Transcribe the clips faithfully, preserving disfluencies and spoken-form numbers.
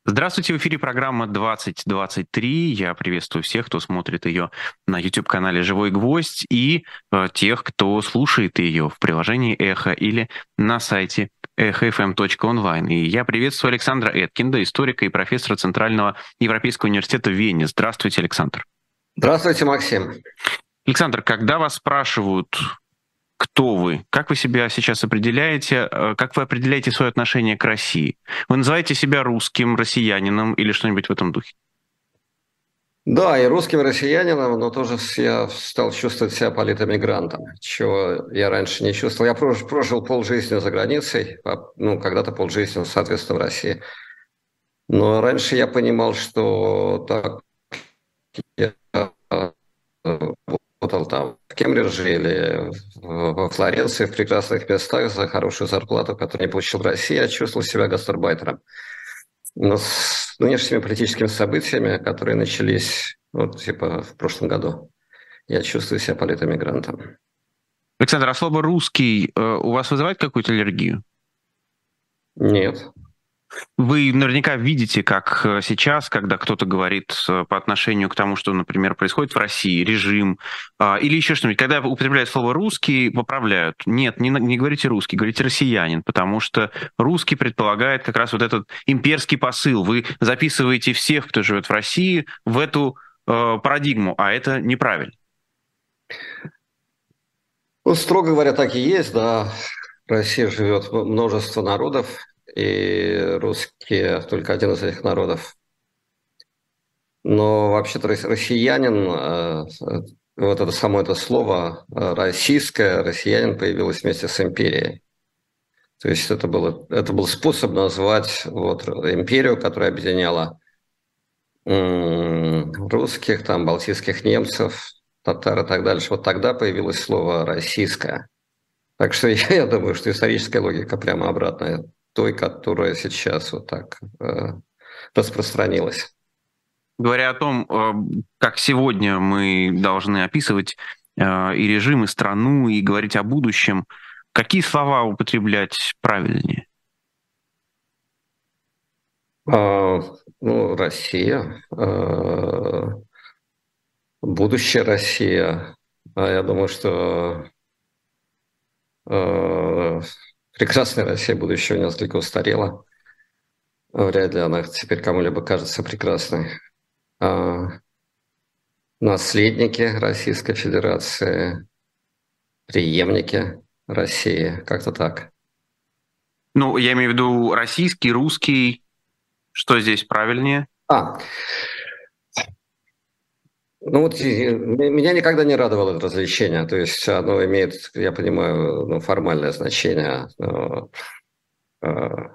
Здравствуйте, в эфире программа двадцать двадцать три. Я приветствую всех, кто смотрит ее на YouTube-канале «Живой гвоздь» и э, тех, кто слушает ее в приложении «Эхо» или на сайте эхо эф эм точка онлайн. И я приветствую Александра Эткинда, историка и профессора Центрального Европейского университета в Вене. Здравствуйте, Александр. Здравствуйте, Максим. Александр, когда вас спрашивают, кто вы? Как вы себя сейчас определяете? э, Как вы определяете свое отношение к России? Вы называете себя русским, россиянином или что-нибудь в этом духе? Да, и русским, и россиянином, но тоже с- я стал чувствовать себя политэмигрантом, чего я раньше не чувствовал. Я прож- прожил полжизни за границей, а, ну, когда-то полжизни, соответственно, в России. Но раньше я понимал, что так я э, работал там в Кембридже или в- во Флоренции, в прекрасных местах за хорошую зарплату, которую не получил в России, я чувствовал себя гастарбайтером. Но с нынешними политическими событиями, которые начались вот типа в прошлом году, я чувствую себя политэмигрантом. Александр, а слово «русский» э, у вас вызывает какую-то аллергию? Нет. Вы наверняка видите, как э, сейчас, когда кто-то говорит э, по отношению к тому, что, например, происходит в России, режим, а, или еще что-нибудь, когда употребляют слово «русский», поправляют. Нет, не, на- не говорите «русский», говорите «россиянин», потому что «русский» предполагает как раз вот этот имперский посыл. Вы записываете всех, кто живет в России, в эту э, парадигму, а это неправильно. Ну, строго говоря, так и есть, да. В России живет м- множество народов, и русские только один из этих народов. Но вообще-то рос- россиянин, э, э, вот это само это слово э, российское, россиянин появилось вместе с империей. То есть это, было, это был способ назвать вот, империю, которая объединяла м, русских, там, балтийских немцев, татар и так дальше. Вот тогда появилось слово «российское». Так что я, я думаю, что историческая логика прямо обратная той, которая сейчас вот так э, распространилась. Говоря о том, э, как сегодня мы должны описывать э, и режим, и страну, и говорить о будущем, какие слова употреблять правильнее? А, ну, Россия, э, будущее Россия. А я думаю, что э, прекрасная Россия будущего несколько устарела. Вряд ли она теперь кому-либо кажется прекрасной. А, наследники Российской Федерации, преемники России, как-то так. Ну, я имею в виду российский, русский, что здесь правильнее? А, ну вот и- м- меня никогда не радовало это развлечение. То есть оно имеет, я понимаю, ну, формальное значение. Но, э,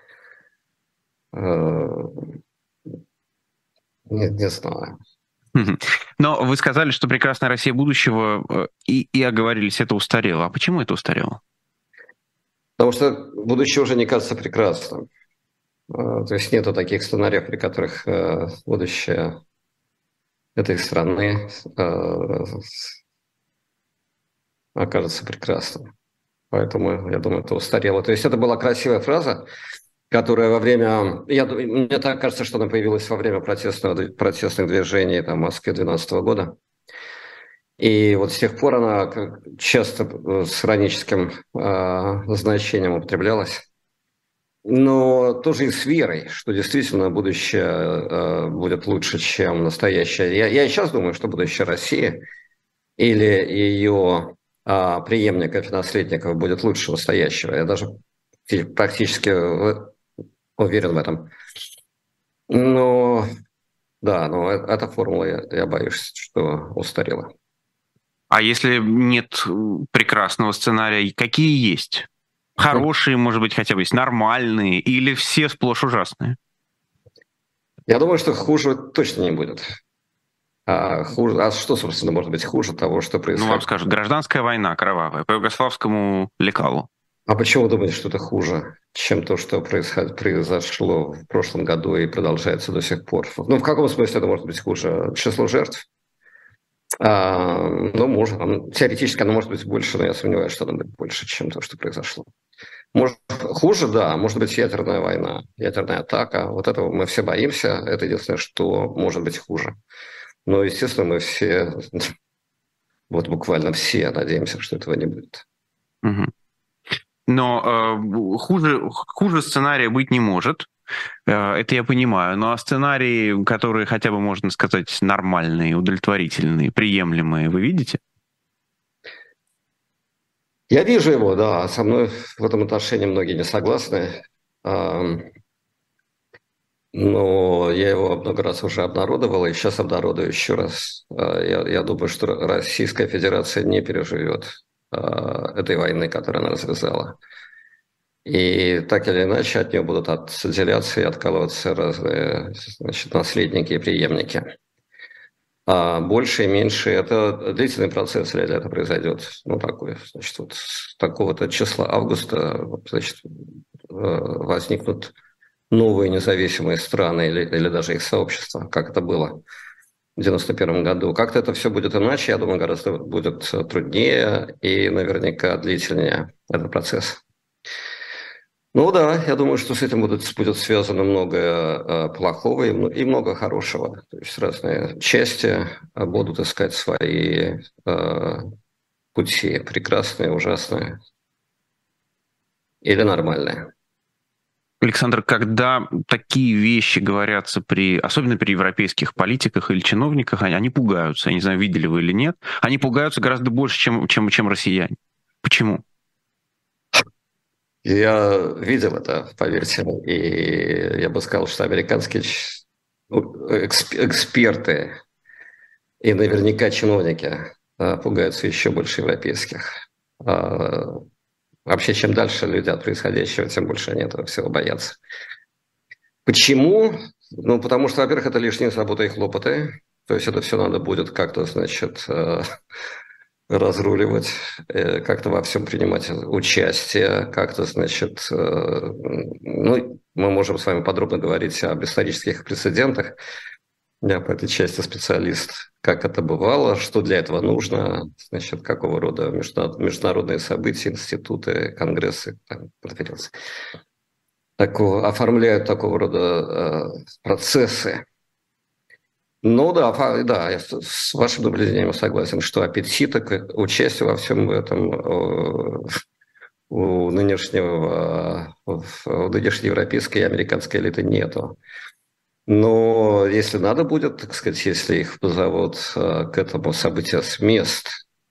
э, не, не знаю. Мгм. Но вы сказали, что прекрасная Россия будущего, э, и, и оговорились, это устарело. А почему это устарело? Потому что будущее уже не кажется прекрасным. Э, То есть нету таких сценариев, при которых э, будущее этой страны э, окажется прекрасным. Поэтому, я думаю, это устарело. То есть это была красивая фраза, которая во время... Я, ду- мне так кажется, что она появилась во время протестного, д- протестных движений там, в Москве две тысячи двенадцатого года. И вот с тех пор она как часто э, с хроническим э, значением употреблялась. Но тоже и с верой, что действительно будущее э, будет лучше, чем настоящее. Я, я и сейчас думаю, что будущее России или ее а, преемников и наследников будет лучше настоящего. Я даже фи- практически в- уверен в этом. Но да, но э- эта формула, я, я боюсь, что устарела. А если нет э, прекрасного сценария, какие есть? Хорошие, может быть, хотя бы есть, нормальные, или все сплошь ужасные? Я думаю, что хуже точно не будет. А, хуже, а что, собственно, может быть хуже того, что Ну, вам происходит? скажут, гражданская война кровавая по югославскому лекалу. А почему вы думаете, что это хуже, чем то, что происход- произошло в прошлом году и продолжается до сих пор? Ну, в каком смысле это может быть хуже? Число жертв? А, ну, может, оно- теоретически оно может быть больше, но я сомневаюсь, что оно будет больше, чем то, что произошло. Может, хуже, да, может быть ядерная война, ядерная атака. Вот этого мы все боимся. Это единственное, что может быть хуже. Но, естественно, мы все, вот буквально все надеемся, что этого не будет. Мгм. Но э, хуже, хуже сценария быть не может. Э, это я понимаю. Ну а сценарии, которые хотя бы, можно сказать, нормальные, удовлетворительные, приемлемые, вы видите? Я вижу его, да. Со мной в этом отношении многие не согласны. Ам, Но я его много раз уже обнародовал, и сейчас обнародую еще раз. А, Я, я думаю, что Российская Федерация не переживет а, этой войны, которую она развязала. И так или иначе от нее будут отделяться и откалываться разные, значит, наследники и преемники. А больше и меньше – это длительный процесс, если это произойдет. Ну, такой, значит, вот с такого-то числа августа, вот, значит, э, возникнут новые независимые страны или, или даже их сообщества, как это было в девяносто первом году. Как-то это все будет иначе, я думаю, гораздо будет труднее и наверняка длительнее этот процесс. Ну да, я думаю, что с этим будет, будет связано много э, плохого и, мно- и много хорошего. То есть разные части э, будут искать свои э, пути, прекрасные, ужасные или нормальные. Александр, когда такие вещи говорятся при, особенно при европейских политиках или чиновниках, они, они пугаются. Я не знаю, видели вы или нет. Они пугаются гораздо больше, чем, чем, чем россияне. Почему? Я видел это, поверьте, и я бы сказал, что американские ч- ну, эксп- эксперты и наверняка чиновники э, пугаются еще больше европейских. А, Вообще, чем дальше люди от происходящего, тем больше они этого всего боятся. Почему? Ну, потому что, во-первых, это лишние заботы и хлопоты. То есть это все надо будет как-то, значит, э, разруливать, э, как-то во всем принимать участие, как-то, значит, э, ну, мы можем с вами подробно говорить об исторических прецедентах. Я по этой части специалист. Как это бывало, что для этого нужно, значит, какого рода международ- международные события, институты, конгрессы, там, конференции такого, оформляют такого рода э, процессы. Ну да, фа- да, я с с вашим наблюдением согласен, что аппетита к участию во всем этом э, у нынешнего, э, в у нынешней европейской и американской элиты нету. Но если надо будет, так сказать, если их позовут э, к этому событию с мест,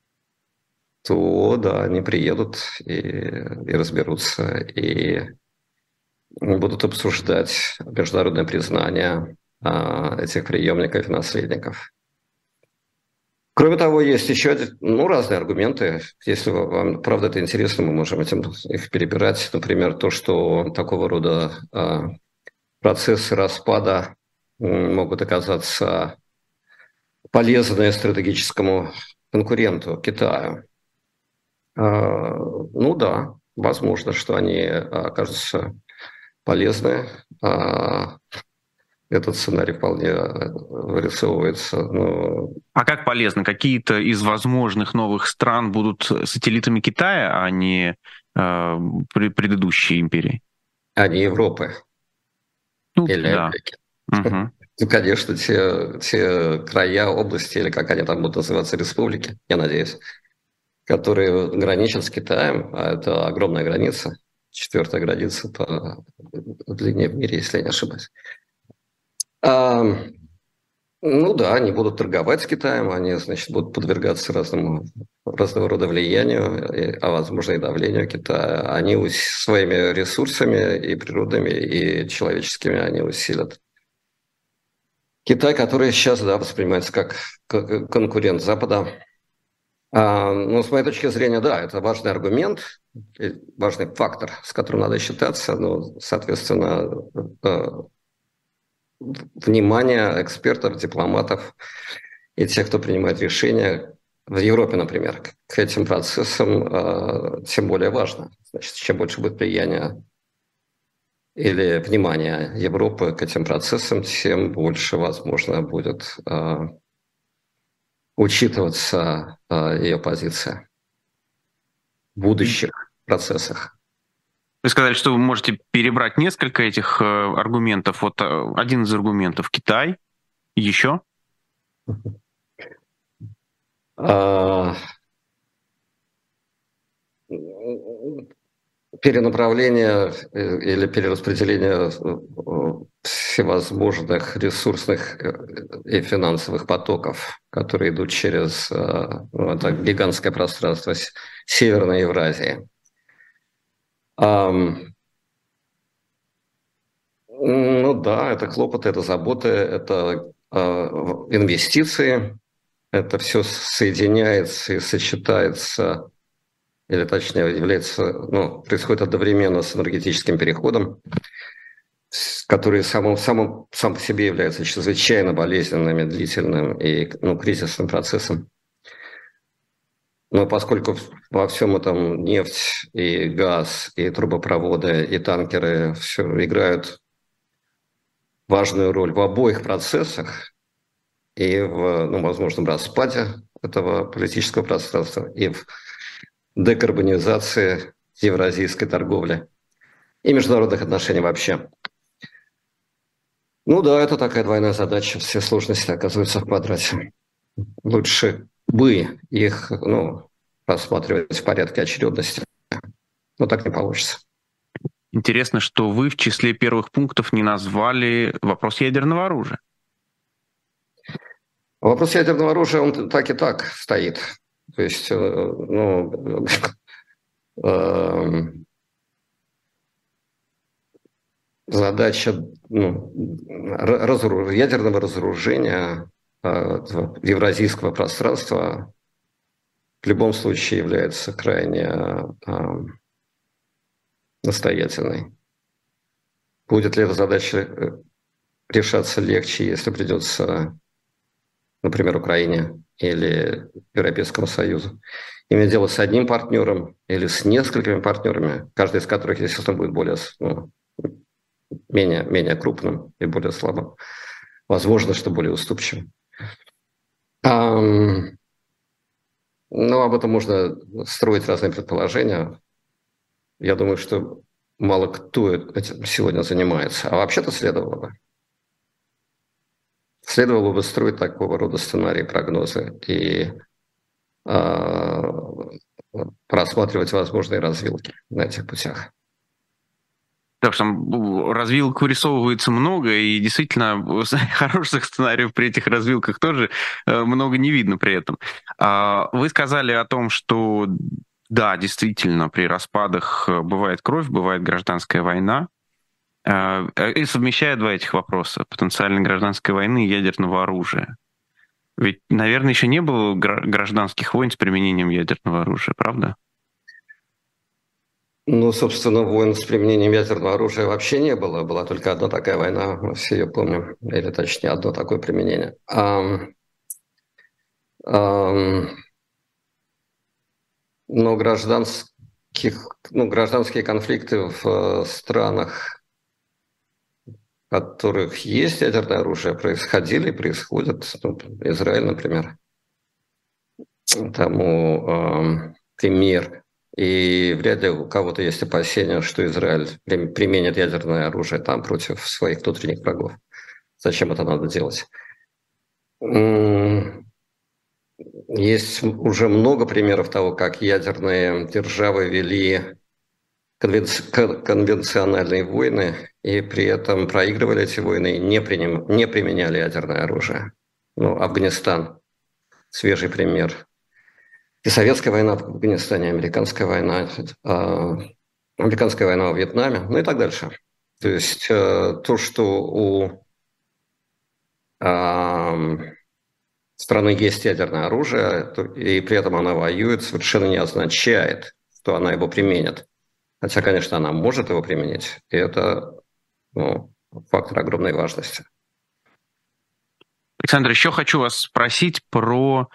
то да, они приедут и, и разберутся, и будут обсуждать международное признание а, этих приемников и наследников. Кроме того, есть еще один- ну, разные аргументы. Если вам правда это интересно, мы можем этим, их перебирать. Например, то, что такого рода а, процессы распада м, могут оказаться полезны стратегическому конкуренту Китаю. А, Ну да, возможно, что они окажутся полезны. А, Этот сценарий вполне э, вырисовывается. Но А как полезно? Какие-то из возможных новых стран будут сателлитами Китая, а не э, пре- предыдущей империи? они Европы Ну, или да. Америки. Мгм. Ну, конечно, те, те края, области, или как они там будут называться, республики, я надеюсь, которые граничат с Китаем, а это огромная граница, четвертая граница по длине в мире, если я не ошибаюсь. А, ну да, они будут торговать с Китаем, они, значит, будут подвергаться разному, разного рода влиянию, и- а возможно и давлению Китая. Они ус- своими ресурсами и природными, и человеческими они усилят Китай, который сейчас, да, воспринимается как к- конкурент Запада. А, ну, с моей точки зрения, да, это важный аргумент, и важный фактор, с которым надо считаться. Ну, соответственно, э, внимание экспертов, дипломатов и тех, кто принимает решения в Европе, например, к к этим процессам э, тем более важно. Значит, чем больше будет влияния или внимания Европы к этим процессам, тем больше, возможно, будет э, учитываться э, ее позиция в будущих процессах. Вы сказали, что вы можете перебрать несколько этих э, аргументов. Вот э, один из аргументов — Китай. Еще? А, перенаправление э, или перераспределение э, всевозможных ресурсных э, и финансовых потоков, которые идут через э, ну, это гигантское пространство с- Северной Евразии. Ам, Ну да, это хлопоты, это заботы, это э, инвестиции, это все соединяется и сочетается, или точнее является, ну, происходит одновременно с энергетическим переходом, с- который самым, самым, сам по себе является чрезвычайно болезненным, и длительным и ну, кризисным процессом. Но поскольку во всем этом нефть и газ, и трубопроводы, и танкеры все играют важную роль в обоих процессах, и в ну, возможном распаде этого политического пространства, и в декарбонизации евразийской торговли и международных отношений вообще. Ну да, это такая двойная задача, все сложности оказываются в квадрате. Лучше бы их ну, рассматривать в порядке очередности, но так не получится. Интересно, что вы в числе первых пунктов не назвали вопрос ядерного оружия. Вопрос ядерного оружия, он так и так стоит. То есть, э, ну, э, задача ну, разору... ядерного разоружения э, евразийского пространства в любом случае является крайне э, настоятельной. Будет ли эта задача решаться легче, если придется, например, Украине или Европейскому Союзу иметь дело с одним партнером или с несколькими партнерами, каждый из которых, естественно, будет более, ну, менее, менее крупным и более слабым. Возможно, что более уступчивым. Um, ну, об этом можно строить разные предположения. Я думаю, что мало кто этим сегодня занимается. А вообще-то следовало бы. Следовало бы строить такого рода сценарии, прогнозы и э, просматривать возможные развилки на этих путях. Так что там развилок вырисовывается много, и действительно хороших сценариев при этих развилках тоже много не видно при этом. Вы сказали о том, что да, действительно, при распадах бывает кровь, бывает гражданская война. И совмещая два этих вопроса, потенциальной гражданской войны и ядерного оружия. Ведь, наверное, еще не было гражданских войн с применением ядерного оружия, правда? Ну, собственно, войн с применением ядерного оружия вообще не было. Была только одна такая война, мы все ее помним, или точнее, одно такое применение. Ам, ам, но гражданских, ну, гражданские конфликты в странах, в которых есть ядерное оружие, происходили и происходят. Ну, Израиль, например, тому ам, пример. И вряд ли у кого-то есть опасения, что Израиль применит ядерное оружие там против своих внутренних врагов. Зачем это надо делать? Есть уже много примеров того, как ядерные державы вели конвенциональные войны и при этом проигрывали эти войны и не, приним, не применяли ядерное оружие. Ну, Афганистан – свежий пример. И советская война в Афганистане, американская война, э, американская война во Вьетнаме, ну и так дальше. То есть э, то, что у э, страны есть ядерное оружие, то, и при этом она воюет, совершенно не означает, что она его применит. Хотя, конечно, она может его применить, и это ну, фактор огромной важности. Александр, еще хочу вас спросить про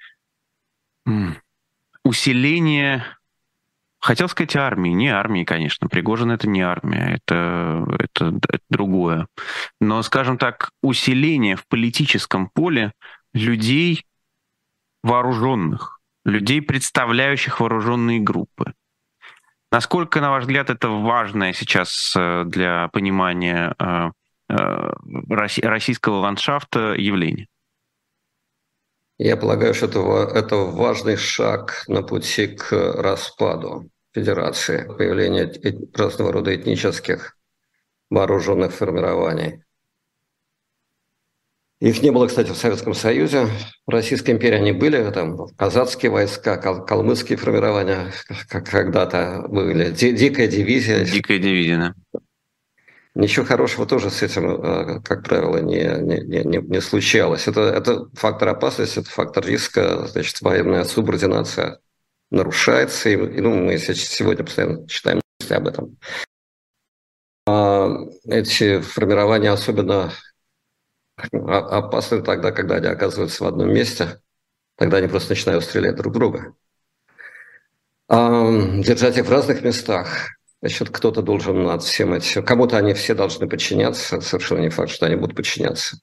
усиление, хотел сказать, армии. Не армии, конечно. Пригожин — это не армия, это, это, это другое. Но, скажем так, усиление в политическом поле людей вооруженных, людей, представляющих вооруженные группы. Насколько, на ваш взгляд, это важное сейчас для понимания российского ландшафта явление? Я полагаю, что это, это важный шаг на пути к распаду федерации, появление разного рода этнических вооруженных формирований. Их не было, кстати, в Советском Союзе. В Российской империи они были, там казацкие войска, кал- калмыцкие формирования как когда-то были, Ди- дикая дивизия. Дикая дивизия, да. Ничего хорошего тоже с этим, как правило, не, не, не, не случалось. Это, это фактор опасности, это фактор риска, значит, военная субординация нарушается. И, и ну, мы сегодня постоянно читаем об этом. А эти формирования особенно опасны тогда, когда они оказываются в одном месте. Тогда они просто начинают стрелять друг в друга. А держать их в разных местах. Значит, кто-то должен над всем этим... Кому-то они все должны подчиняться. Совершенно не факт, что они будут подчиняться.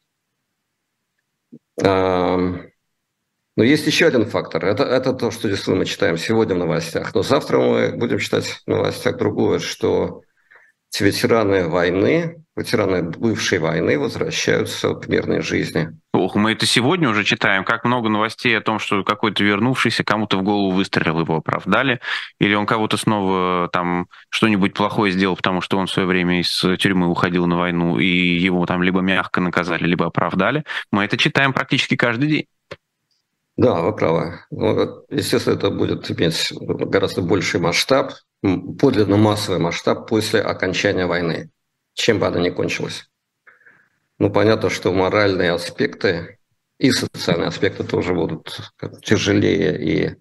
А, но есть еще один фактор. Это, это то, что действительно мы читаем сегодня в новостях. Но завтра мы будем читать в новостях другое, что ветераны войны, ветераны бывшей войны возвращаются к мирной жизни. Ох, мы это сегодня уже читаем. Как много новостей о том, что какой-то вернувшийся кому-то в голову выстрелил, его оправдали, или он кого-то снова там что-нибудь плохое сделал, потому что он в свое время из тюрьмы уходил на войну, и его там либо мягко наказали, либо оправдали. Мы это читаем практически каждый день. Да, вы правы. Естественно, это будет иметь гораздо больший масштаб, подлинно массовый масштаб после окончания войны, чем бы она ни кончилась. Ну, понятно, что моральные аспекты и социальные аспекты тоже будут тяжелее и,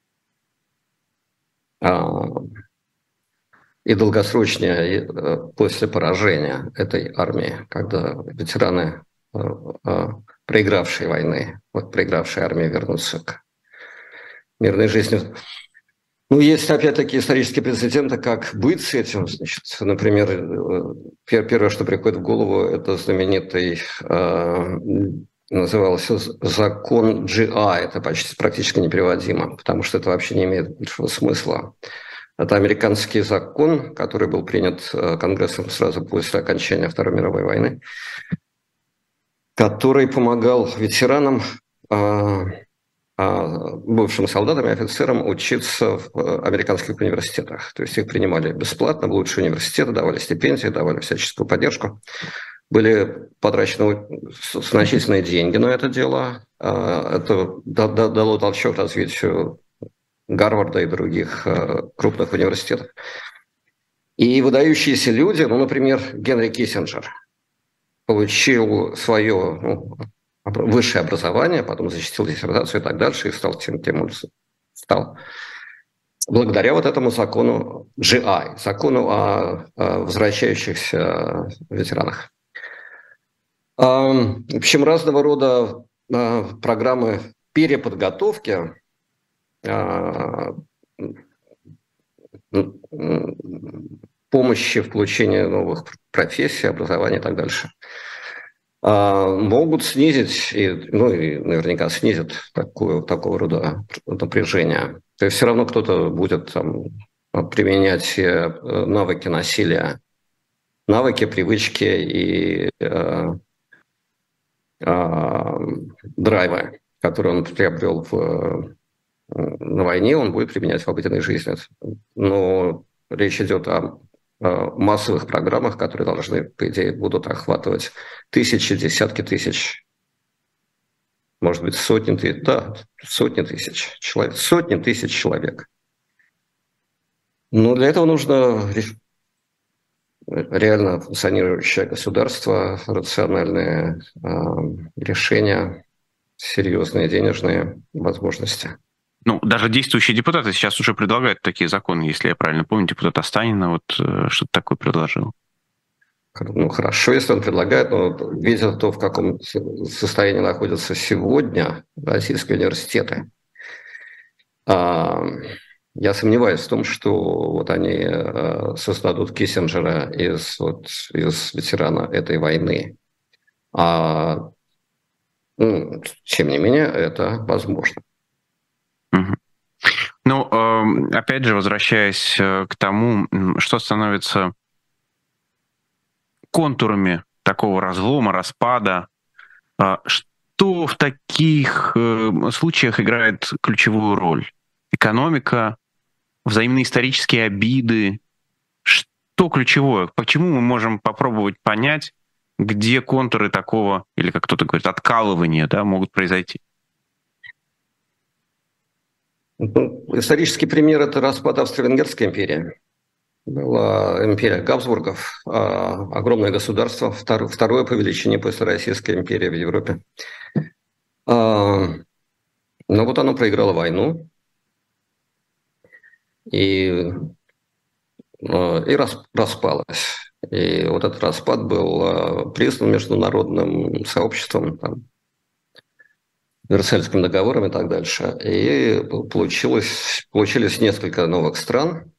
а, и долгосрочнее после поражения этой армии, когда ветераны, проигравшие войны, вот проигравшие армии, вернутся к мирной жизни. Ну, есть, опять-таки, исторические прецеденты, как быть с этим. Значит, например, первое, что приходит в голову, это знаменитый, э, назывался закон джи ай. Это почти практически непереводимо, потому что это вообще не имеет большого смысла. Это американский закон, который был принят Конгрессом сразу после окончания Второй мировой войны, который помогал ветеранам, э, бывшим солдатам и офицерам учиться в американских университетах. То есть их принимали бесплатно в лучшие университеты, давали стипендии, давали всяческую поддержку. Были потрачены значительные деньги на это дело. Это дало толчок развитию Гарварда и других крупных университетов. И выдающиеся люди, ну, например, Генри Киссинджер, получил свое... Ну, высшее образование, потом защитил диссертацию и так дальше, и стал тем, кем он стал. Благодаря вот этому закону джи ай, закону о, о возвращающихся ветеранах. В общем, разного рода программы переподготовки, помощи в получении новых профессий, образования и так дальше – могут снизить, и, ну и наверняка снизят такую, такого рода напряжение. То есть все равно кто-то будет там применять навыки насилия, навыки, привычки и э, э, драйвы, которые он приобрел в, на войне, он будет применять в обыденной жизни. Но речь идет о массовых программах, которые должны, по идее, будут охватывать тысячи, десятки тысяч, может быть, сотни тысяч, да, сотни тысяч человек, сотни тысяч человек. Но для этого нужно реально функционирующее государство, рациональные э, решения, серьезные денежные возможности. Ну, даже действующие депутаты сейчас уже предлагают такие законы, если я правильно помню, депутат Останина вот что-то такое предложил. Ну, хорошо, если он предлагает, но видя то, в каком состоянии находятся сегодня российские университеты, я сомневаюсь в том, что вот они создадут Киссинджера из, вот, из ветерана этой войны. А, ну, тем не менее, это возможно. Ну, опять же, возвращаясь к тому, что становится контурами такого разлома, распада, что в таких случаях играет ключевую роль? Экономика, взаимные исторические обиды? Что ключевое? Почему мы можем попробовать понять, где контуры такого, или, как кто-то говорит, откалывания, да, могут произойти? Ну, исторический пример – это распад Австро-Венгерской империи. Была империя Габсбургов, огромное государство, второе по величине после Российской империи в Европе. Но вот оно проиграло войну и, и распалось. И вот этот распад был признан международным сообществом, там, Версальским договором и так дальше. И получилось, получились несколько новых стран,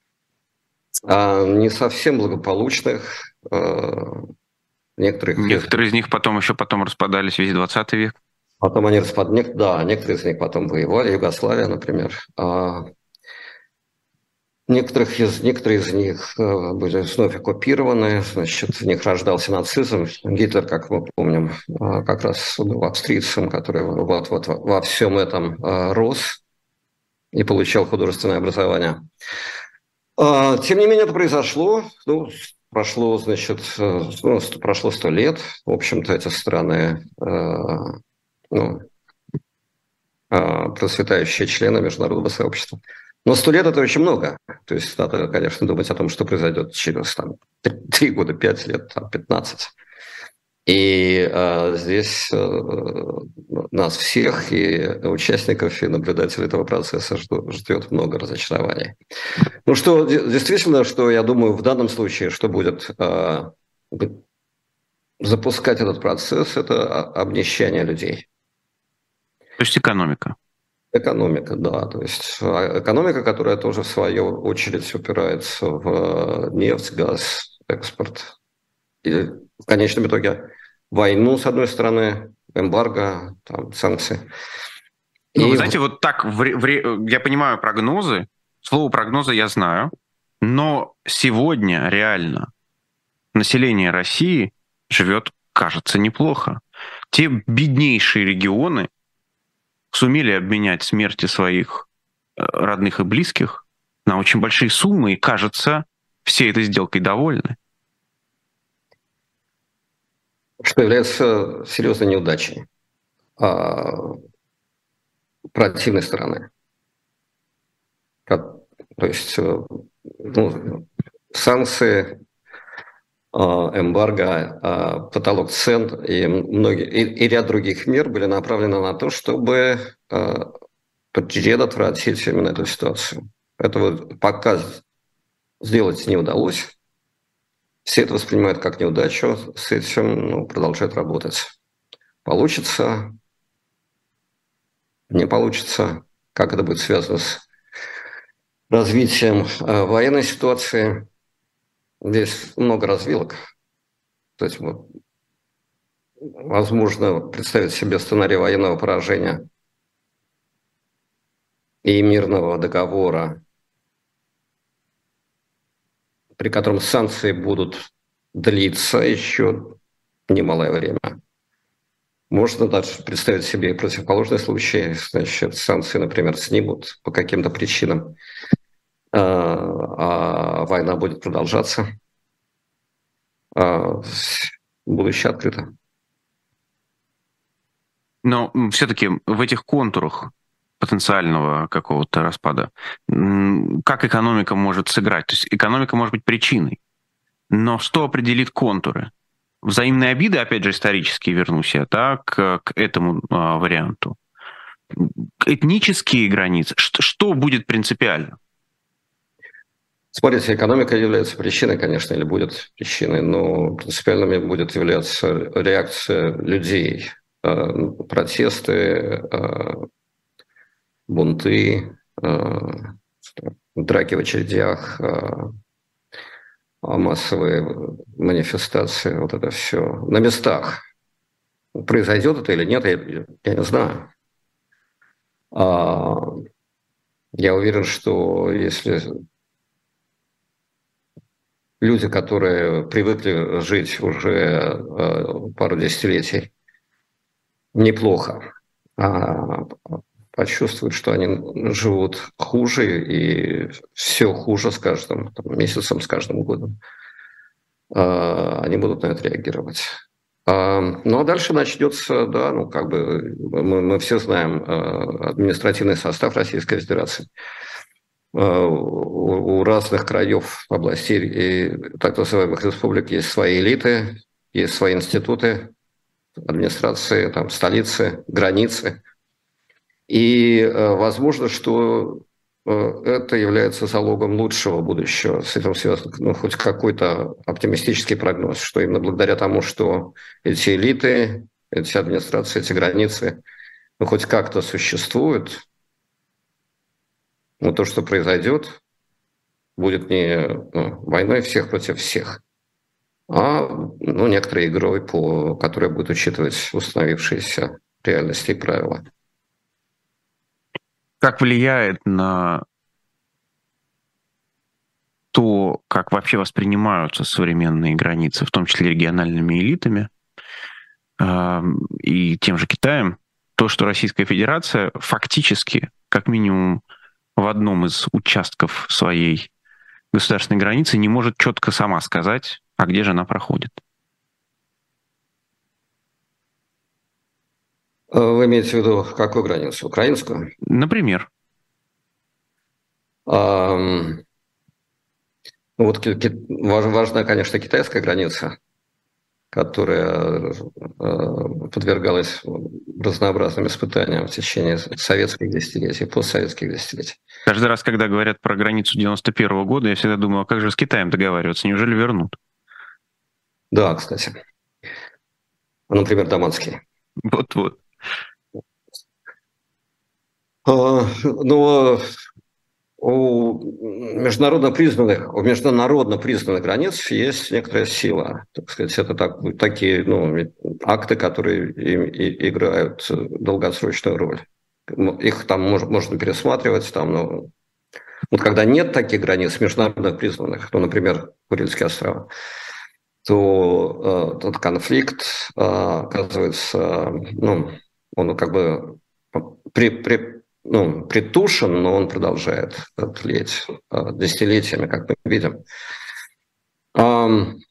не совсем благополучных. Некоторых Некоторые из них потом еще потом распадались весь двадцатый век. Потом они распадались, да, некоторые из них потом воевали, Югославия, например. А некоторых из, некоторые из них были вновь оккупированы, значит, в них рождался нацизм. Гитлер, как мы помним, как раз был австрийцем, который вот, вот во всем этом рос и получал художественное образование. Тем не менее, это произошло. Ну, прошло, значит, ну, прошло сто лет. В общем-то, эти страны, ну, процветающие члены международного сообщества. Но сто лет – это очень много. То есть надо, конечно, думать о том, что произойдет через там, три года, пять лет, там, пятнадцать. И э, здесь э, нас всех, и участников, и наблюдателей этого процесса ждет, ждет много разочарований. Ну что, действительно, что я думаю, в данном случае, что будет э, запускать этот процесс, это обнищание людей. То есть экономика. Экономика, да. То есть экономика, которая тоже в свою очередь упирается в нефть, газ, экспорт. И в конечном итоге войну, с одной стороны, эмбарго, там, санкции. Ну, и... вы знаете, вот так, в, в, я понимаю прогнозы, слово прогноза я знаю, но сегодня реально население России живет, кажется, неплохо. Те беднейшие регионы сумели обменять смерти своих родных и близких на очень большие суммы, и, кажется, все этой сделкой довольны. Что является серьезной неудачей а, противной стороны. Как, то есть ну, санкции, эмбарго, потолок цен и, многие, и, и ряд других мер были направлены на то, чтобы предотвратить именно эту ситуацию. Этого пока сделать не удалось. Все это воспринимают как неудачу, с этим ну, продолжают работать. Получится, не получится, как это будет связано с развитием военной ситуации. Здесь много развилок. То есть, вот, возможно, представить себе сценарий военного поражения и мирного договора, при котором санкции будут длиться еще немалое время. Можно даже представить себе и противоположный случай. Значит, санкции, например, снимут по каким-то причинам, а война будет продолжаться. Будущее открыто. Но все-таки в этих контурах потенциального какого-то распада, как экономика может сыграть? То есть экономика может быть причиной, но что определит контуры? Взаимные обиды, опять же, исторические, вернусь я, да, к, к этому а, варианту. Этнические границы, что, что будет принципиально? Смотрите, экономика является причиной, конечно, или будет причиной, но принципиальными будет являться реакция людей, протесты, бунты, драки в очередях, массовые манифестации, вот это все на местах. Произойдет это или нет, я, я не знаю. Я уверен, что если люди, которые привыкли жить уже э, пару десятилетий неплохо, а почувствуют, что они живут хуже и все хуже с каждым там, месяцем, с каждым годом, э, они будут на это реагировать. А, ну а дальше начнется, да, ну как бы мы, мы все знаем э, административный состав Российской Федерации. У разных краев, областей и так называемых республик есть свои элиты, есть свои институты, администрации, там, столицы, границы. И возможно, что это является залогом лучшего будущего. С этим связан ну, хоть какой-то оптимистический прогноз, что именно благодаря тому, что эти элиты, эти администрации, эти границы ну, хоть как-то существуют, но то, что произойдет, будет не ну, войной всех против всех, а ну, некоторой игрой, по, которая будет учитывать установившиеся реальности и правила. Как влияет на то, как вообще воспринимаются современные границы, в том числе региональными элитами э, и тем же Китаем, то, что Российская Федерация фактически, как минимум в одном из участков своей государственной границы, не может четко сама сказать, а где же она проходит? Вы имеете в виду какую границу? Украинскую? Например. А, ну вот важна, конечно, китайская граница, которая подвергалась разнообразным испытаниям в течение советских десятилетий, постсоветских десятилетий. Каждый раз, когда говорят про границу девяносто первого года, я всегда думаю, а как же с Китаем договариваться? Неужели вернут? Да, кстати. Например, Даманский. Вот-вот. А, ну, у международно признанных, у международно признанных границ есть некоторая сила. Так сказать, это так, такие ну, акты, которые им, и, играют долгосрочную роль. Их там можно, можно пересматривать, там, ну, вот когда нет таких границ международно признанных, ну, например, Курильские острова, то э, тот конфликт э, оказывается, ну, он как бы при, при, ну, притушен, но он продолжает тлеть э, десятилетиями, как мы видим. Э,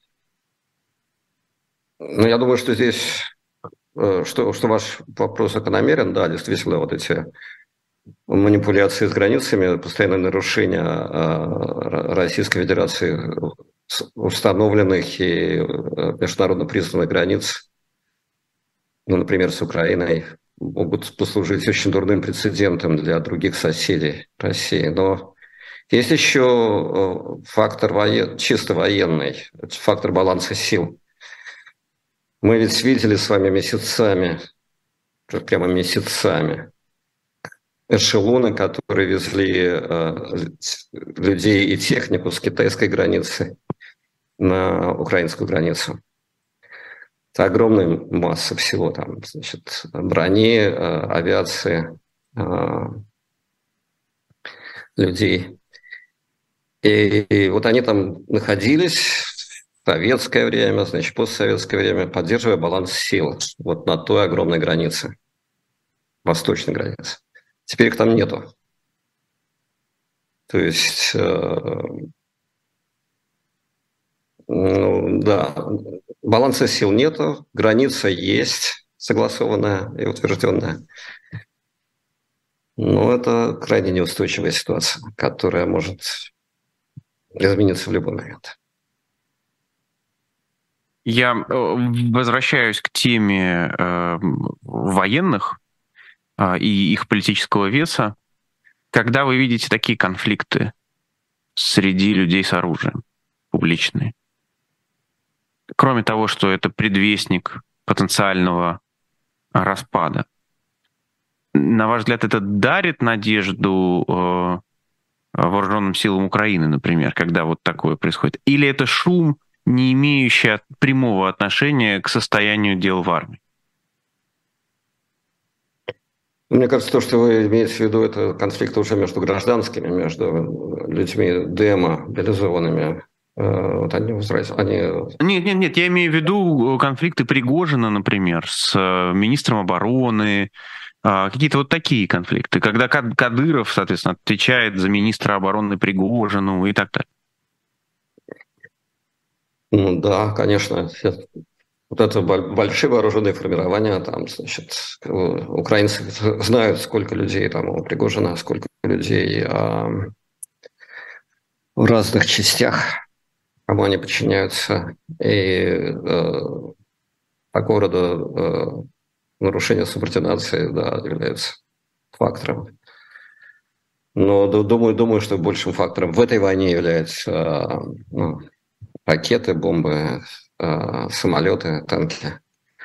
ну, я думаю, что здесь, э, что, что ваш вопрос закономерен, да, действительно, вот эти манипуляции с границами, постоянное нарушение э, Российской Федерации установленных и международно признанных границ, ну, например, с Украиной, могут послужить очень дурным прецедентом для других соседей России. Но есть еще фактор воен... чисто военный, фактор баланса сил. Мы ведь видели с вами месяцами, прямо месяцами, эшелоны, которые везли э, людей и технику с китайской границы на украинскую границу. Это огромная масса всего там, значит, брони, э, авиации, э, людей. И, и вот они там находились в советское время, значит, постсоветское время, поддерживая баланс сил вот на той огромной границе, восточной границе. Теперь их там нету. То есть, э, ну, да, баланса сил нету, граница есть согласованная и утвержденная. Но это крайне неустойчивая ситуация, которая может измениться в любой момент. Я возвращаюсь к теме э, военных э, и их политического веса. Когда вы видите такие конфликты среди людей с оружием, публичные, кроме того, что это предвестник потенциального распада, на ваш взгляд, это дарит надежду э, вооруженным силам Украины, например, когда вот такое происходит? Или это шум, не имеющий прямого отношения к состоянию дел в армии? Мне кажется, то, что вы имеете в виду, это конфликты уже между гражданскими, между людьми демобилизованными. Вот они возразили. Они... Нет, нет, нет, я имею в виду конфликты Пригожина, например, с министром обороны, какие-то вот такие конфликты, когда Кадыров, соответственно, отвечает за министра обороны Пригожину и так далее. Ну да, конечно. Вот это большие вооруженные формирования, там, значит, украинцы знают, сколько людей там у Пригожина, сколько людей а, в разных частях, кому они подчиняются, и э, такого рода э, нарушение субординации, да, является фактором. Но думаю, думаю, что большим фактором в этой войне являются э, ну, ракеты, бомбы, э, самолеты, танки.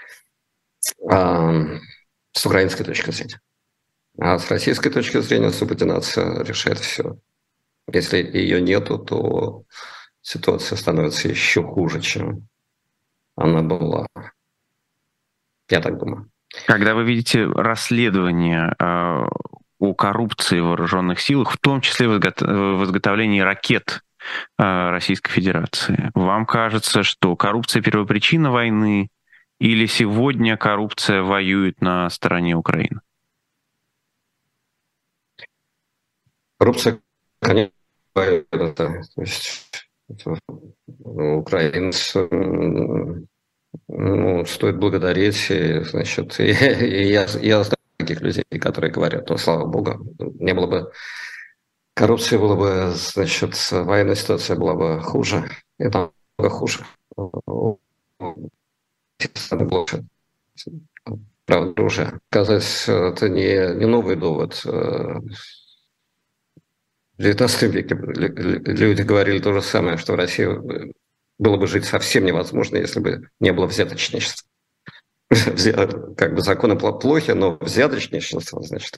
Э, с украинской точки зрения. А с российской точки зрения субординация решает все. Если ее нету, то ситуация становится еще хуже, чем она была. Я так думаю. Когда вы видите расследование э, о коррупции в вооруженных силах, в том числе в, изго- в изготовлении ракет э, Российской Федерации, вам кажется, что коррупция первопричина войны или сегодня коррупция воюет на стороне Украины? Коррупция, конечно, это, то есть это, украинцы, ну, стоит благодарить, и, значит, и, и я, я знаю таких людей, которые говорят, ну, слава богу, не было бы коррупции, было бы, значит, военная ситуация была бы хуже, и намного хуже. Правда, оружие. Казалось, это не, не новый довод. В девятнадцатом веке люди говорили то же самое, что в России было бы жить совсем невозможно, если бы не было взяточничества. Как бы законы плохи, но взяточничество, значит...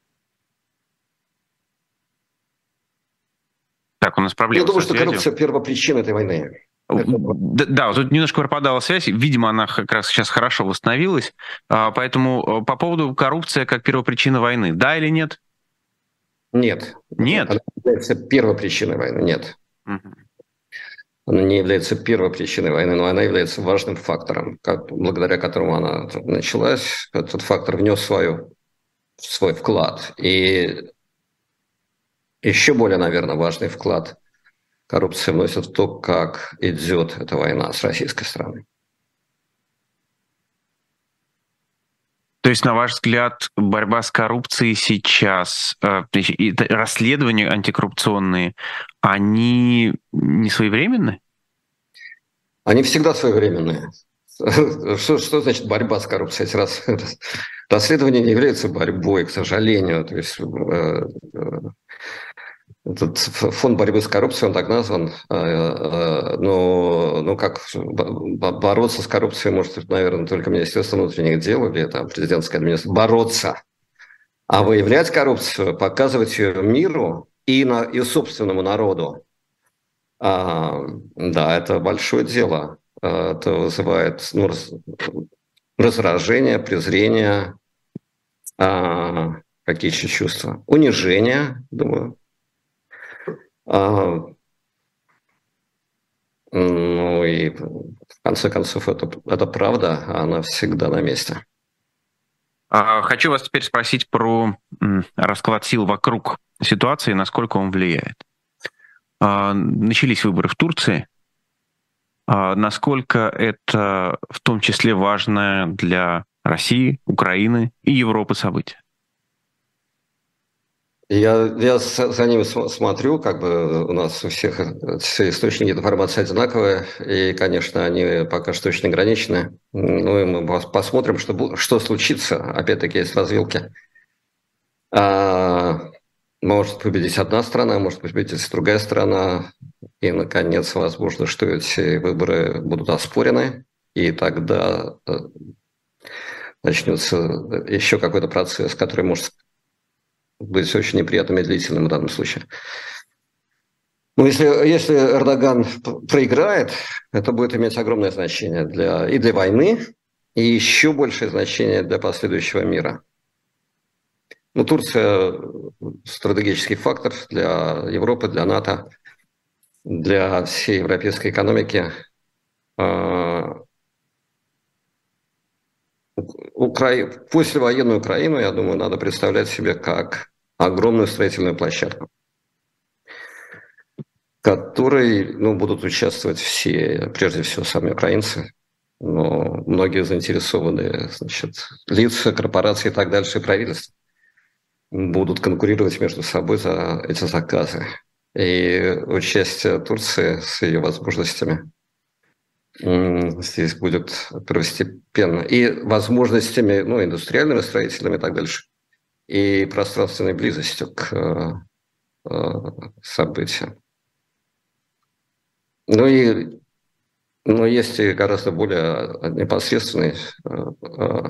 Так, у нас проблемы. Я думаю, что коррупция – первопричина этой войны. Да, да, тут немножко пропадала связь. Видимо, она как раз сейчас хорошо восстановилась. Поэтому по поводу коррупции как первопричина войны. Да или нет? Нет. Нет? Она является первопричиной войны. Нет. Угу. Она не является первопричиной войны, но она является важным фактором, как, благодаря которому она началась. Этот фактор внес свою, свой вклад. И еще более, наверное, важный вклад коррупция вносит в то, как идет эта война с российской стороны. То есть, на ваш взгляд, борьба с коррупцией сейчас, и расследования антикоррупционные, они не своевременны? Они всегда своевременные. Что, что значит борьба с коррупцией? Раз, расследование не является борьбой, к сожалению. То есть, этот фонд борьбы с коррупцией, он так назван, но, ну, как бороться с коррупцией может, наверное, только Министерство внутренних дел или там президентская администрация. Бороться. А выявлять коррупцию, показывать ее миру и, на, и собственному народу, а, да, это большое дело. Это вызывает, ну, раз, раздражение, презрение, а, какие еще чувства? Унижение, думаю. А, ну и в конце концов это, это правда, она всегда на месте. Хочу вас теперь спросить про расклад сил вокруг ситуации, насколько он влияет. Начались выборы в Турции. Насколько это в том числе важное для России, Украины и Европы событие? Я, я за ними смотрю, как бы у нас у всех все источники информации одинаковые, и, конечно, они пока что очень ограничены. Ну и мы посмотрим, что, что случится. Опять-таки, есть развилки. А, может победить одна страна, может победить другая страна. И, наконец, возможно, что эти выборы будут оспорены, и тогда начнется еще какой-то процесс, который может быть очень неприятным и длительным в данном случае. Но если, если Эрдоган проиграет, это будет иметь огромное значение для, и для войны, и еще большее значение для последующего мира. Ну, Турция стратегический фактор для Европы, для НАТО, для всей европейской экономики. Укра... Послевоенную Украину, я думаю, надо представлять себе как огромную строительную площадку, в которой, ну, будут участвовать все, прежде всего, сами украинцы, но многие заинтересованные, значит, лица, корпорации и так дальше, и правительства будут конкурировать между собой за эти заказы. И участие Турции с ее возможностями здесь будет первостепенно. И возможностями, ну, индустриальными, строительными и так дальше, и пространственной близостью к э, событиям. Ну и но есть и гораздо более непосредственный э,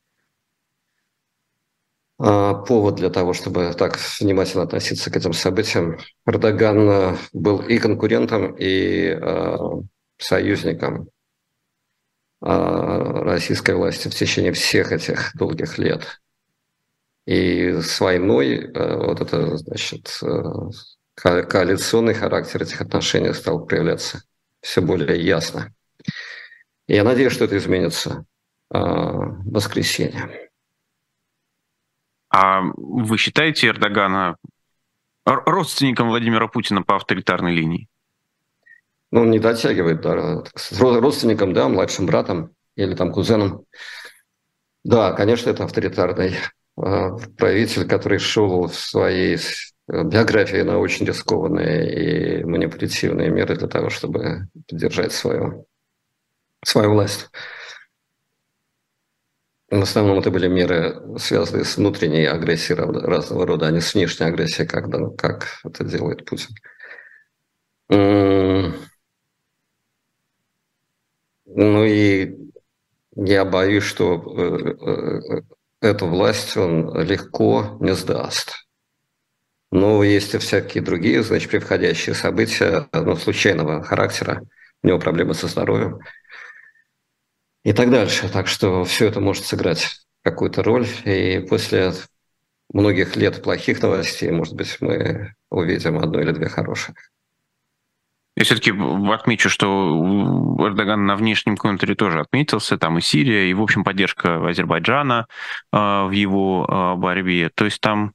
э, повод для того, чтобы так внимательно относиться к этим событиям. Эрдоган был и конкурентом, и э, союзником российской власти в течение всех этих долгих лет. И с войной вот это, значит, коалиционный характер этих отношений стал проявляться все более ясно. И я надеюсь, что это изменится в воскресенье. А вы считаете Эрдогана родственником Владимира Путина по авторитарной линии? Ну, он не дотягивает, да, с родственником, да, младшим братом или там кузеном. Да, конечно, это авторитарный э, правитель, который шел в своей биографии на очень рискованные и манипулятивные меры для того, чтобы поддержать свою, свою власть. В основном это были меры, связанные с внутренней агрессией разного рода, а не с внешней агрессией, как, как это делает Путин. Ну и я боюсь, что эту власть он легко не сдаст. Но есть и всякие другие, значит, превходящие события, ну, случайного характера, у него проблемы со здоровьем и так дальше. Так что все это может сыграть какую-то роль. И после многих лет плохих новостей, может быть, мы увидим одну или две хорошие. Я все-таки отмечу, что Эрдоган на внешнем контуре тоже отметился, там и Сирия, и, в общем, поддержка Азербайджана э, в его э, борьбе. То есть там...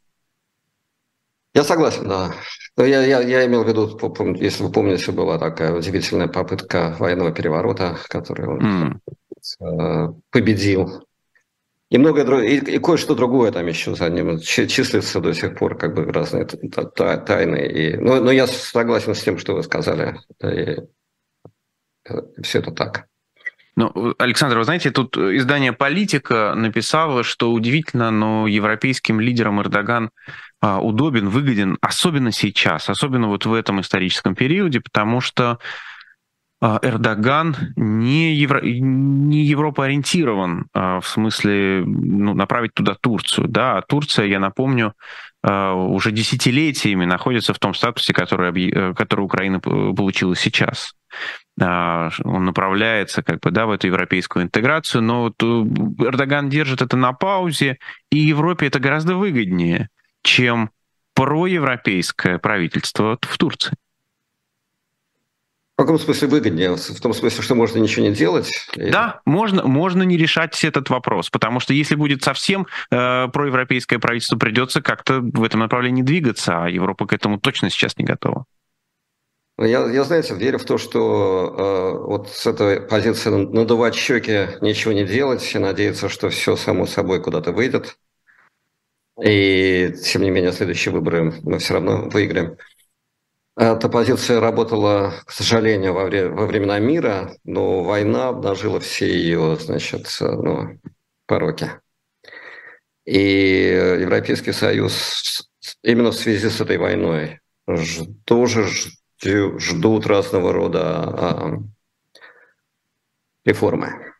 Я согласен, да. Я, я, я имел в виду, если вы помните, была такая удивительная попытка военного переворота, который он mm. победил. И многое другое, и, и кое-что другое там еще за ним числится до сих пор, как бы разные тайны. И, но, но я согласен с тем, что вы сказали. И, и все это так. Ну, Александр, вы знаете, тут издание «Политика» написало, что удивительно, но европейским лидерам Эрдоган а, удобен, выгоден, особенно сейчас, особенно вот в этом историческом периоде, потому что Эрдоган не, евро, не европоориентирован, в смысле, ну, направить туда Турцию. Да? А Турция, я напомню, уже десятилетиями находится в том статусе, который, который Украина получила сейчас. Он направляется как бы, да, в эту европейскую интеграцию, но вот Эрдоган держит это на паузе, и Европе это гораздо выгоднее, чем проевропейское правительство в Турции. В каком смысле выгоднее? В том смысле, что можно ничего не делать? Да, можно, можно не решать этот вопрос, потому что если будет совсем э, проевропейское правительство, придется как-то в этом направлении двигаться, а Европа к этому точно сейчас не готова. Я, я знаете, верю в то, что э, вот с этой позиции надувать щеки, ничего не делать, и надеяться, что все само собой куда-то выйдет. И, тем не менее, следующие выборы мы все равно выиграем. Эта позиция работала, к сожалению, во, вре- во времена мира, но война обнажила все ее, значит, ну, пороки. И Европейский Союз именно в связи с этой войной тоже ждут разного рода а, реформы.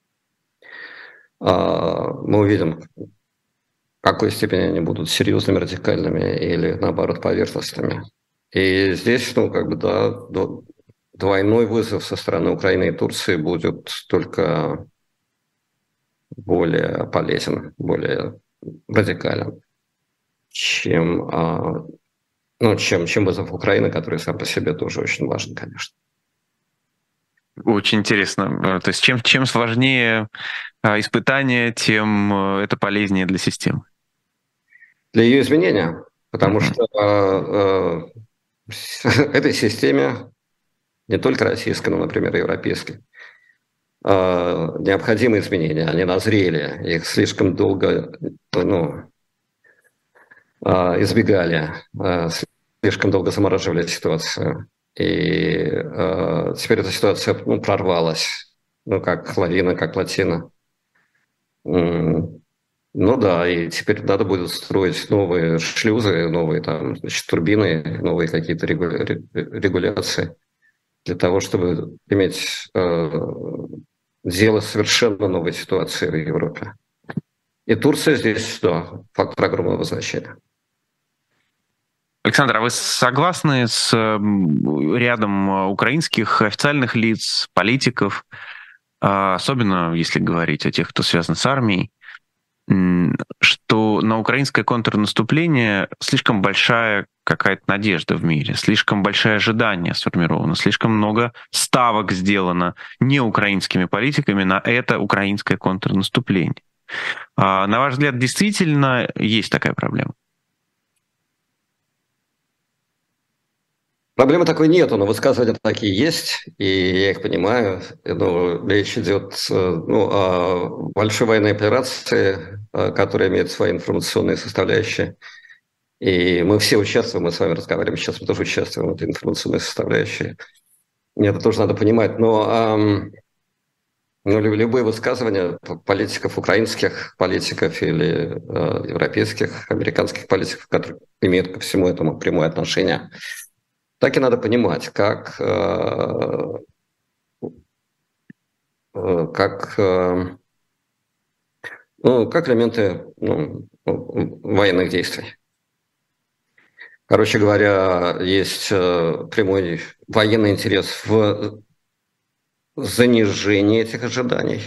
А, мы увидим, в какой степени они будут серьезными, радикальными или, наоборот, поверхностными. И здесь, ну, как бы, да, двойной вызов со стороны Украины и Турции будет только более полезен, более радикален. чем, а, ну, чем, чем вызов Украины, который сам по себе тоже очень важен, конечно. Очень интересно. То есть чем, чем сложнее испытание, тем это полезнее для системы. Для ее изменения, потому Мгм. что э, э, этой системе, не только российской, но, например, европейской, э, необходимы изменения. Они назрели, их слишком долго ну, э, избегали, э, слишком долго замораживали ситуацию. И э, теперь эта ситуация ну, прорвалась, ну, как лавина, как плотина. М, Ну да, и теперь надо будет строить новые шлюзы, новые там, значит, турбины, новые какие-то регу- ре- регуляции для того, чтобы иметь э, дело с совершенно новой ситуацией в Европе. И Турция здесь, да, фактор огромного значения. Александр, а вы согласны с м, рядом э, украинских официальных лиц, политиков, а, особенно если говорить о тех, кто связан с армией, м, что на украинское контрнаступление слишком большая какая-то надежда в мире, слишком большое ожидание сформировано, слишком много ставок сделано не украинскими политиками на это украинское контрнаступление. А, на ваш взгляд, действительно есть такая проблема? Проблемы такой нету, но высказывания такие есть, и я их понимаю. Ну, речь идет э, ну, о большой военной операции, э, которая имеет свои информационные составляющие. И мы все участвуем, мы с вами разговариваем сейчас, мы тоже участвуем в этой информационной составляющей. И это тоже надо понимать. Но ам, ну, лю- любые высказывания политиков, украинских политиков или э, европейских, американских политиков, которые имеют ко всему этому прямое отношение, так и надо понимать, как, э, э, как, э, ну, как элементы ну, военных действий. Короче говоря, есть э, прямой военный интерес в занижении этих ожиданий.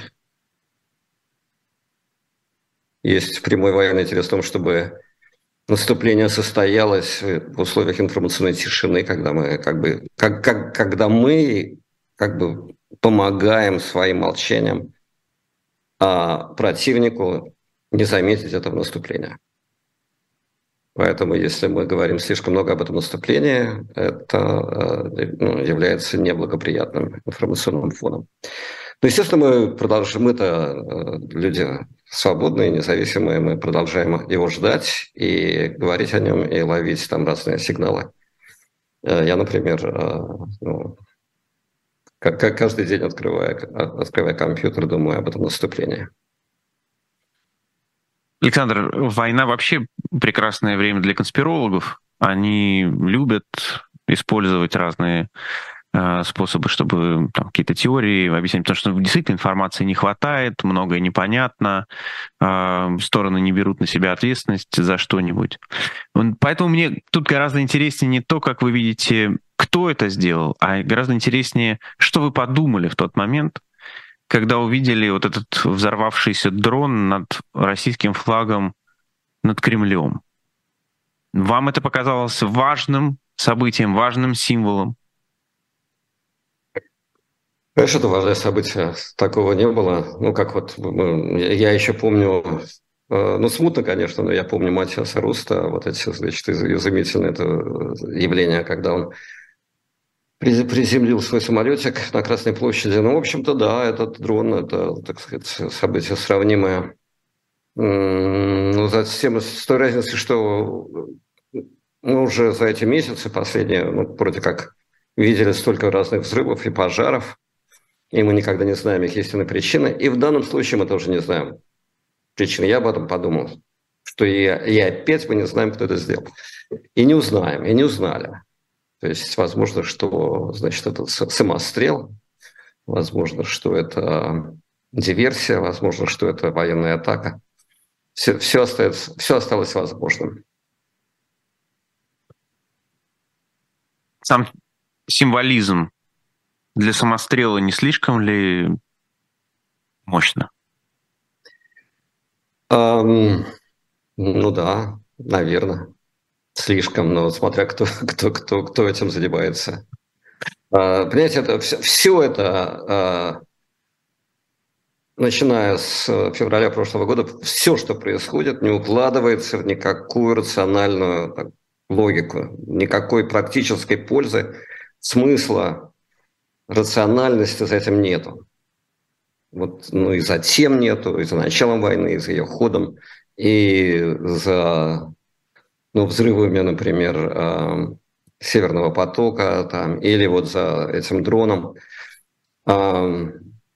Есть прямой военный интерес в том, чтобы наступление состоялось в условиях информационной тишины, когда мы как бы, как, как, когда мы как бы помогаем своим молчанием а противнику не заметить этого наступления. Поэтому, если мы говорим слишком много об этом наступлении, это э, ну, является неблагоприятным информационным фоном. Ну, естественно, мы продолжаем, мы-то э, люди свободные, независимые, мы продолжаем его ждать и говорить о нем, и ловить там разные сигналы. Э, Я, например, э, ну, как, как каждый день открывая, открывая компьютер, думаю об этом наступлении. Александр, война вообще прекрасное время для конспирологов. Они любят использовать разные э, способы, чтобы там, какие-то теории объяснить, потому что действительно информации не хватает, многое непонятно, э, стороны не берут на себя ответственность за что-нибудь. Поэтому мне тут гораздо интереснее не то, как вы видите, кто это сделал, а гораздо интереснее, что вы подумали в тот момент, когда увидели вот этот взорвавшийся дрон над российским флагом над Кремлем. Вам это показалось важным событием, важным символом? Конечно, это важное событие. Такого не было. Ну, как вот мы, я еще помню, э, ну, смутно, конечно, но я помню Матиаса Руста, вот эти, значит, из- изумительное это явление, когда он приз- приземлил свой самолетик на Красной площади. Ну, в общем-то, да, этот дрон, это, так сказать, событие сравнимое. М, Ну, затем с той разницей, что мы уже за эти месяцы последние, ну, вроде как видели столько разных взрывов и пожаров, и мы никогда не знаем их истинной причины. И в данном случае мы тоже не знаем причины. Я об этом подумал, что и, и опять мы не знаем, кто это сделал. И не узнаем, и не узнали. То есть, возможно, что, значит, это самострел, возможно, что это диверсия, возможно, что это военная атака. Все, все, остается, все осталось возможным. Сам символизм для самострела не слишком ли мощно? Ам, ну да. наверное, слишком, но смотря кто, кто, кто, кто этим занимается. А, понимаете, это, все, все это, а, начиная с февраля прошлого года, все, что происходит, не укладывается в никакую рациональную так, логику, никакой практической пользы, смысла, рациональности за этим нету. Вот, ну и за тем нету, и за началом войны, и за ее ходом, и за ну, взрывами, например, э, Северного потока, там, или вот за этим дроном. Э,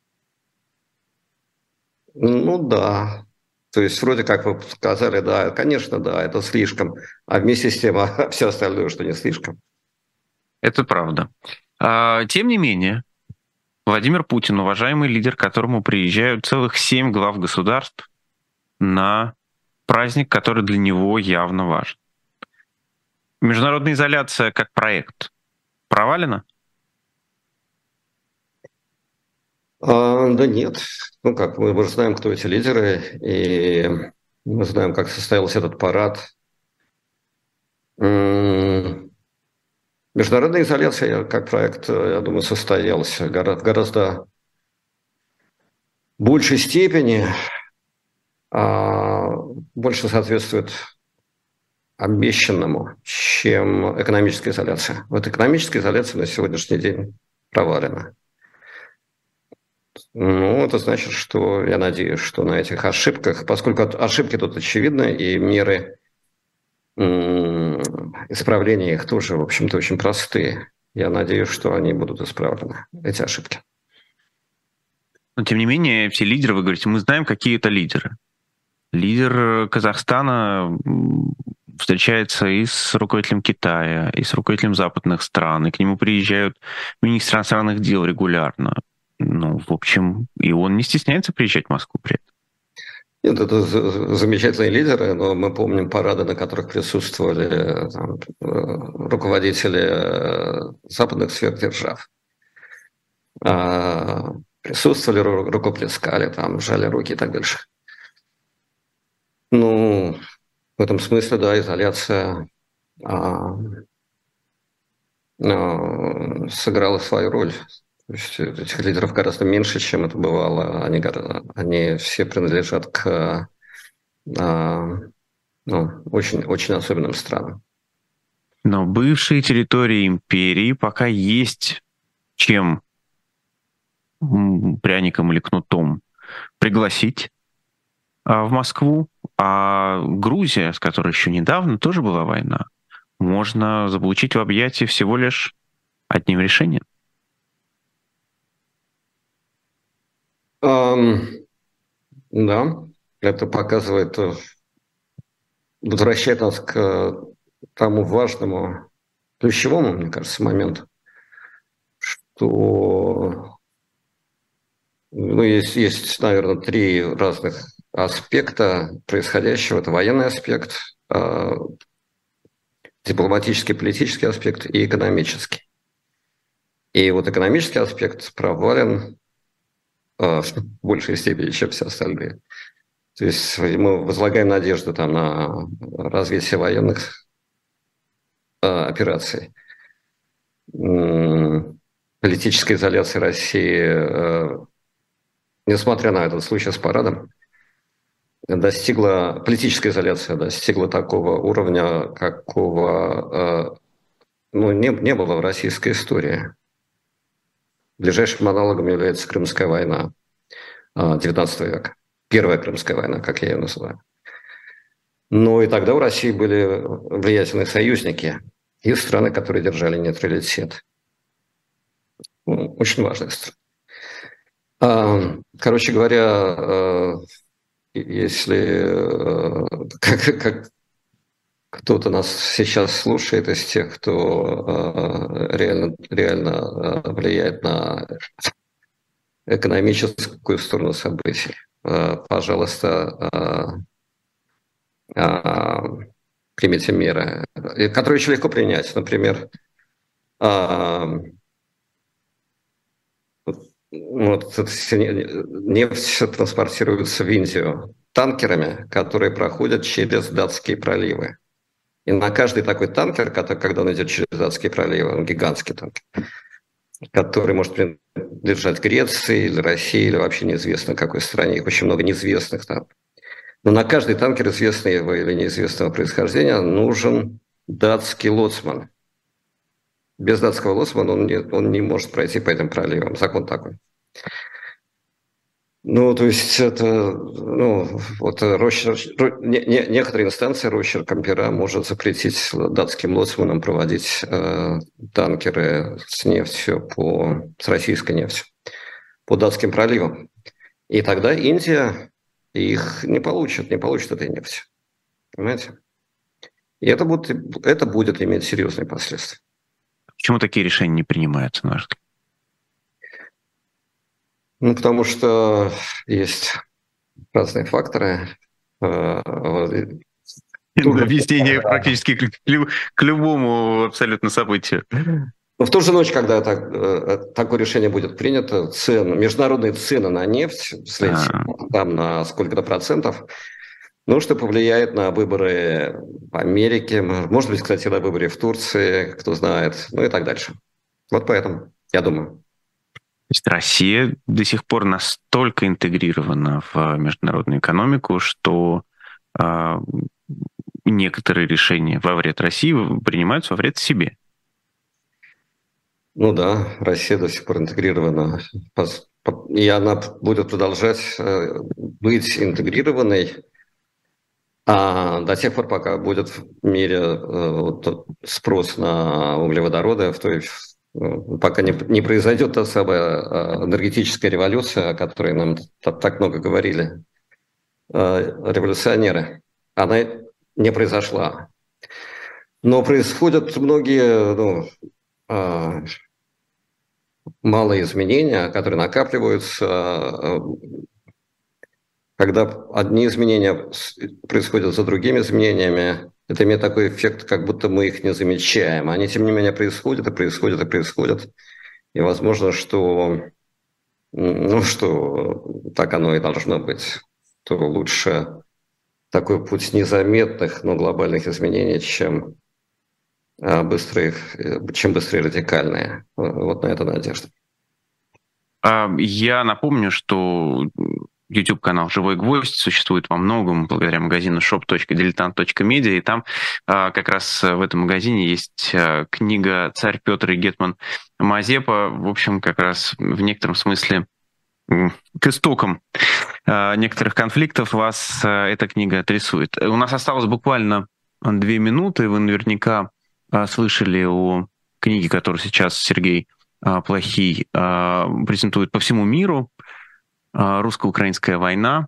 ну да, то есть вроде как вы сказали, да, конечно, да, это слишком, а вместе с тем а все остальное, что не слишком. Это правда. А, тем не менее, Владимир Путин, уважаемый лидер, к которому приезжают целых семь глав государств на праздник, который для него явно важен. Международная изоляция как проект провалена? А, да нет. Ну как, мы, мы же знаем, кто эти лидеры, и мы знаем, как состоялся этот парад. М, Международная изоляция как проект, я думаю, состоялся гора- в гораздо большей степени, а, больше соответствует обещанному, чем экономическая изоляция. Вот экономическая изоляция на сегодняшний день провалена. Ну, это значит, что я надеюсь, что на этих ошибках, поскольку ошибки тут очевидны, и меры м, исправления их тоже, в общем-то, очень простые. Я надеюсь, что они будут исправлены, эти ошибки. Но тем не менее, все лидеры, вы говорите, мы знаем, какие это лидеры. Лидер Казахстана м, встречается и с руководителем Китая, и с руководителем западных стран, и к нему приезжают министры иностранных дел регулярно. Ну, в общем, и он не стесняется приезжать в Москву при этом. Нет, это з- замечательные лидеры, но мы помним парады, на которых присутствовали там, э, руководители э, западных сфер держав. А, присутствовали, ру- рукоплескали, там, жали руки и так дальше. Ну, в этом смысле, да, изоляция а, а, сыграла свою роль. То есть этих лидеров гораздо меньше, чем это бывало. Они, гора- они все принадлежат к а, ну, очень, очень особенным странам. Но бывшие территории империи пока есть чем м, пряником или кнутом пригласить а, в Москву, а Грузия, с которой еще недавно тоже была война, можно заполучить в объятия всего лишь одним решением. Ам, да, это показывает, э, возвращает нас к э, тому важному, ключевому, мне кажется, моменту, что ну, есть, есть, наверное, три разных аспекта происходящего. Это военный аспект, э, дипломатический, политический аспект и экономический. И вот экономический аспект провален э, в большей степени, чем все остальные. То есть мы возлагаем надежды там, на развитие военных э, операций. М, Политическая изоляция России, э, несмотря на этот случай с парадом, достигла, политическая изоляция достигла такого уровня, какого э, ну, не, не было в российской истории. Ближайшим аналогом является Крымская война э, девятнадцатого века. Первая Крымская война, как я ее называю. Но и тогда у России были влиятельные союзники и страны, которые держали нейтралитет. Ну, очень важная страна. А, Короче говоря, э, если э, как, как кто-то нас сейчас слушает из тех, кто э, реально, реально э, влияет на экономическую сторону событий, э, пожалуйста, э, э, примите меры, э, которые очень легко принять. Например, э, вот эта нефть транспортируется в Индию танкерами, которые проходят через датские проливы. И на каждый такой танкер, который, когда он идет через датские проливы, он гигантский танкер, который может принадлежать Греции или России, или вообще неизвестно какой стране. Их очень много неизвестных там. Но на каждый танкер известного или неизвестного происхождения нужен датский лоцман. Без датского лоцмана он не, он не может пройти по этим проливам. Закон такой. Ну, то есть это, ну, вот рощер, не, не, некоторые инстанции росчерком пера может запретить датским лоцманам проводить э, танкеры с нефтью, по, с российской нефтью по датским проливам. И тогда Индия их не получит, не получит этой нефти. Понимаете? И это будет, это будет иметь серьезные последствия. Почему такие решения не принимаются, на ваш взгляд? Ну, потому что есть разные факторы. Объяснение практически к, к любому абсолютно событию. Но в ту же ночь, когда так, такое решение будет принято, цены, международные цены на нефть взлетят А-а-а. там на сколько-то процентов, ну, что повлияет на выборы в Америке, может быть, кстати, на выборы в Турции, кто знает, ну и так дальше. Вот поэтому, я думаю. То есть Россия до сих пор настолько интегрирована в международную экономику, что э, некоторые решения во вред России принимаются во вред себе. Ну да, Россия до сих пор интегрирована, и она будет продолжать быть интегрированной а до тех пор, пока будет в мире вот, спрос на углеводороды, в той пока не, не произойдет та самая энергетическая революция, о которой нам так много говорили революционеры. Она не произошла. Но происходят многие ну, малые изменения, которые накапливаются. Когда одни изменения происходят за другими изменениями, это имеет такой эффект, как будто мы их не замечаем. Они, тем не менее, происходят и происходят и происходят. И возможно, что, ну, что так оно и должно быть. То лучше такой путь незаметных, но глобальных изменений, чем быстрые, чем быстрые радикальные. Вот на это надежда. Я напомню, что YouTube-канал «Живой гвоздь» существует во многом благодаря магазину шоп точка дилетант точка медиа, и там а, как раз в этом магазине есть а, книга «Царь Петр и гетман Мазепа». В общем, как раз в некотором смысле к истокам а, некоторых конфликтов вас а, эта книга отрисует. У нас осталось буквально две минуты. Вы наверняка а, слышали о книге, которую сейчас Сергей а, Плохий а, презентует по всему миру. «Русско-украинская война».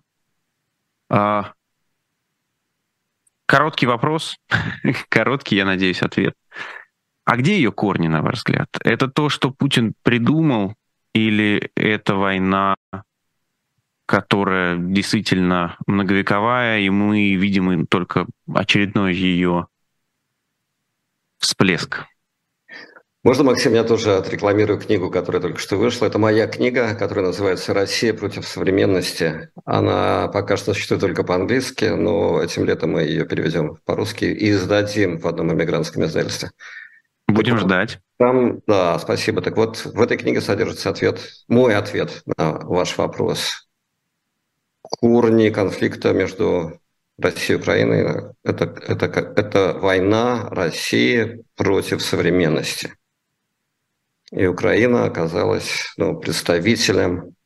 Короткий вопрос, короткий, я надеюсь, ответ. А где ее корни, на ваш взгляд? Это то, что Путин придумал, или это война, которая действительно многовековая, и мы видим только очередной ее всплеск? Можно, Максим, я тоже отрекламирую книгу, которая только что вышла. Это моя книга, которая называется «Россия против современности». Она пока что существует только по-английски, но этим летом мы ее переведем по-русски и издадим в одном эмигрантском издательстве. Будем так, ждать. Там, да, спасибо. Так вот, в этой книге содержится ответ, мой ответ на ваш вопрос. Корни конфликта между Россией и Украиной – это, это, это война России против современности. И Украина оказалась ну, представителем,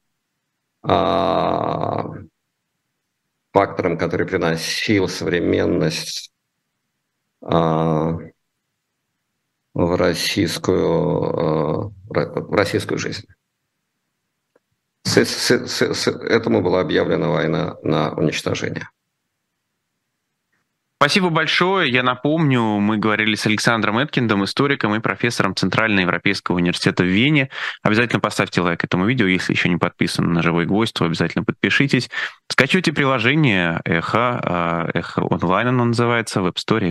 а, фактором, который приносил современность а, в, российскую, а, в российскую жизнь. С, с, с, с этому была объявлена война на уничтожение. Спасибо большое. Я напомню, мы говорили с Александром Эткиндом, историком и профессором Центральноевропейского университета в Вене. Обязательно поставьте лайк этому видео. Если еще не подписаны на «Живой гвоздь», то обязательно подпишитесь. Скачивайте приложение «Эхо», «Эхо онлайн» оно называется, в App Store.